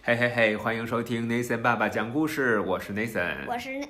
嘿嘿嘿，欢迎收听 Nathan 爸爸讲故事，我是 Nathan， 我是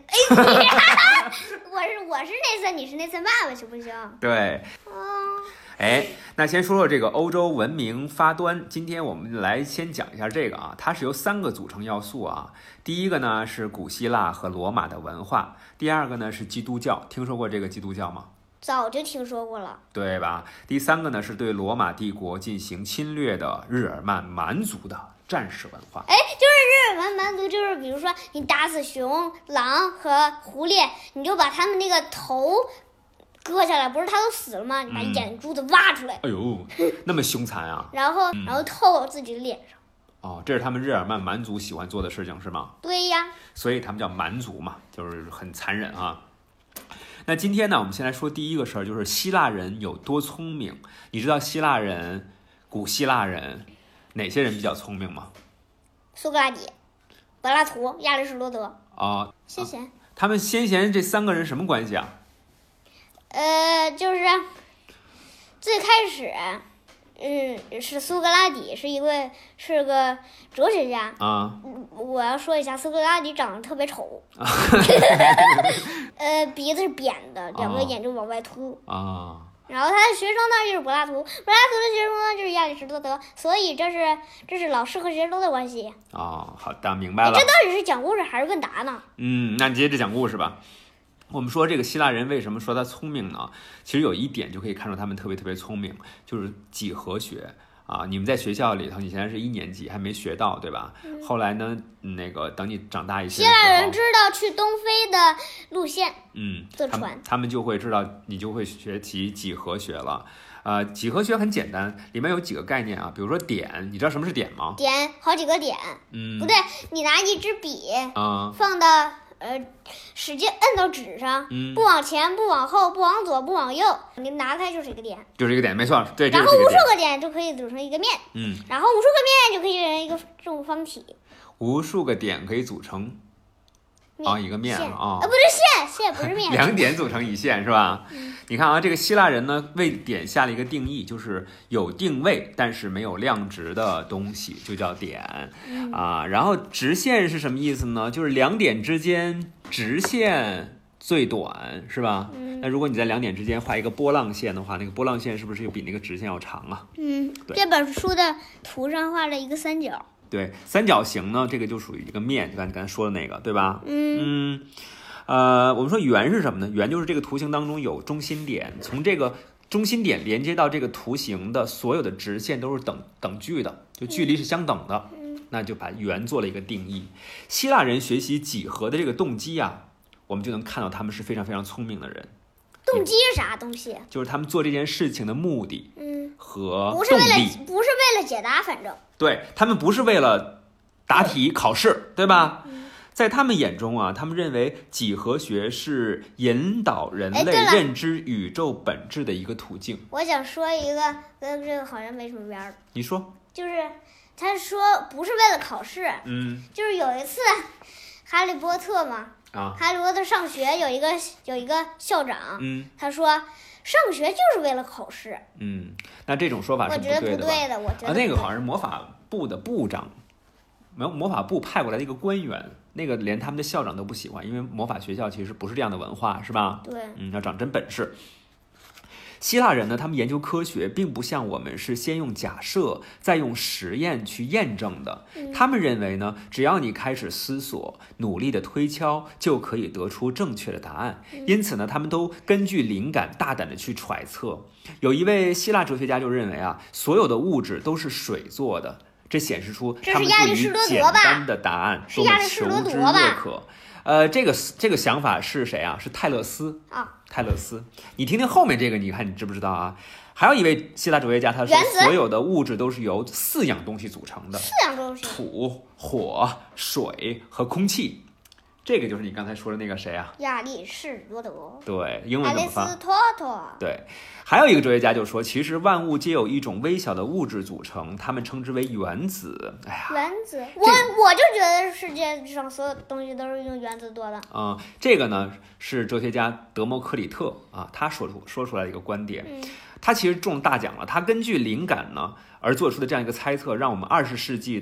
Nathan， 你是 Nathan 爸爸，行不行？ 对，那先说说这个欧洲文明发端。今天我们来先讲一下这个啊，它是由3个组成要素啊。第一个呢是古希腊和罗马的文化，第二个呢是基督教，听说过这个基督教吗？ 早就听说过了， 对吧？第3个呢是对罗马帝国进行侵略的日耳曼蛮族的战士文化。 就是日耳曼蛮族，就是比如说你打死熊、狼和狐狸，你就把他们那个头割下来，不是他都死了吗？你把眼珠子挖出来， 哎呦，那么凶残啊！ 然后透自己的脸上。 哦，这是他们日耳曼蛮族喜欢做的事情是吗？ 对呀，所以他们叫蛮族嘛，就是很残忍啊。那今天呢，我们先来说第一个事儿，就是希腊人有多聪明。你知道古希腊人哪些人比较聪明吗？ 苏格拉底、柏拉图、亚里士多德先贤。 他们先贤这3个人什么关系啊？ 就是最开始，是苏格拉底是个哲学家啊。 我要说一下，苏格拉底长得特别丑，鼻子是扁的，2个眼睛往外凸啊。 然后他的学生呢就是柏拉图，柏拉图的学生呢就是亚里士多德，所以这是老师和学生的关系。 哦，好的，明白了。 这到底是讲故事还是问答呢？ 那你接着讲故事吧。我们说这个希腊人为什么说他聪明呢？其实有一点就可以看出他们特别特别聪明，就是几何学啊。你们在学校里头，你现在是1年级还没学到，对吧？后来呢，等你长大一些， 希腊人知道去东非的路线，坐船， 他们就会知道，你就会学习几何学了。几何学很简单，里面有几个概念啊，比如说点，你知道什么是点吗？ 点，好几个点。不对，你拿一支笔放到使劲摁到纸上，不往前，不往后，不往左，不往右，你拿开就是一个点， 没错，对。 然后无数个点就可以组成一个面，然后无数个面就可以组成一个正方体， 无数个点可以组成一个面啊， 不是线不是面 ，2点组成一线是吧？你看啊，这个希腊人呢为点下了一个定义，就是有定位但是没有量值的东西就叫点啊。然后直线是什么意思呢？就是2点之间直线最短是吧？那如果你在2点之间画一个波浪线的话，那个波浪线是不是就比那个直线要长啊？ 这本书的图上画了一个三角。 对，三角形呢，这个就属于一个面，就像你刚才说的那个，对吧？我们说圆是什么呢？圆就是这个图形当中有中心点，从这个中心点连接到这个图形的所有的直线都是等距的，就距离是相等的，那就把圆做了一个定义。希腊人学习几何的这个动机啊，我们就能看到他们是非常非常聪明的人。 动机是啥东西？ 就是他们做这件事情的目的和动力， 不是为了解答，反正对，他们不是为了答题考试，对吧？在他们眼中啊，他们认为几何学是引导人类认知宇宙本质的一个途径。 我想说一个跟这个好像没什么边儿。 你说？ 就是他说不是为了考试，就是有一次哈利波特嘛，哈利波特上学有一个校长，他说上学就是为了考试。 那这种说法是不对的吧？ 我觉得不对的，我觉得那个好像是魔法部的部长，魔法部派过来的一个官员，那个连他们的校长都不喜欢，因为魔法学校其实不是这样的文化，是吧？ 对， 要长真本事。希腊人呢，他们研究科学并不像我们是先用假设再用实验去验证的，他们认为呢，只要你开始思索，努力的推敲，就可以得出正确的答案。因此呢，他们都根据灵感大胆的去揣测。有一位希腊哲学家就认为啊，所有的物质都是水做的，这显示出他们对于简单的答案多么求知若渴。这个想法是谁啊？是泰勒斯啊。泰勒斯，你听听后面这个，你看你知不知道啊？还有一位希腊哲学家，他说所有的物质都是由4样东西组成的，4样东西：土、火、水和空气。这个就是你刚才说的那个谁啊？ 亚里士多德。 对，英文怎么翻？ 亚里士多德。 对，还有一个哲学家就说，其实万物皆由一种微小的物质组成，他们称之为原子。哎呀， 原子，我就觉得世界上所有东西都是用原子做的。 这个呢是哲学家德谟克里特啊，他说出来的一个观点。他其实中大奖了，他根据灵感呢而做出的这样一个猜测，让我们20世纪的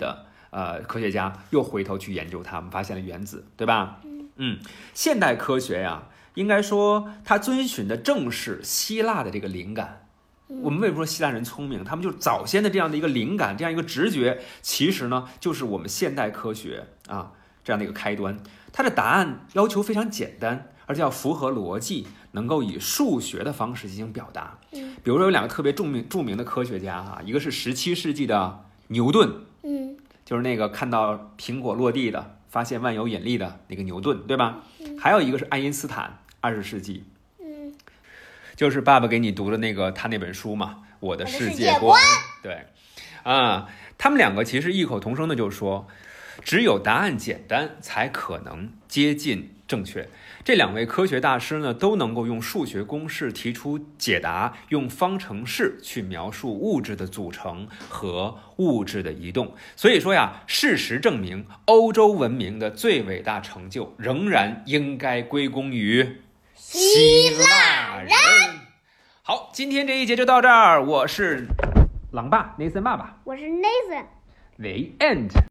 科学家又回头去研究它们，发现了原子，对吧？现代科学呀，应该说它遵循的正是希腊的这个灵感。我们为什么说希腊人聪明？他们就早先的这样的一个灵感，这样一个直觉，其实呢，就是我们现代科学啊这样的一个开端。它的答案要求非常简单，而且要符合逻辑，能够以数学的方式进行表达。比如说有两个特别著名的科学家啊，一个是17世纪的牛顿，就是那个看到苹果落地的，发现万有引力的那个牛顿，对吧？还有一个是爱因斯坦，20世纪，就是爸爸给你读的他那本书嘛，《我的世界观》。对，他们两个其实异口同声的就说，只有答案简单，才可能接近正确。这两位科学大师呢，都能够用数学公式提出解答，用方程式去描述物质的组成和物质的移动。所以说呀，事实证明，欧洲文明的最伟大成就仍然应该归功于希腊人。好，今天这一节就到这儿。我是狼爸 Nathan 爸爸， 我是 Nathan。 The end。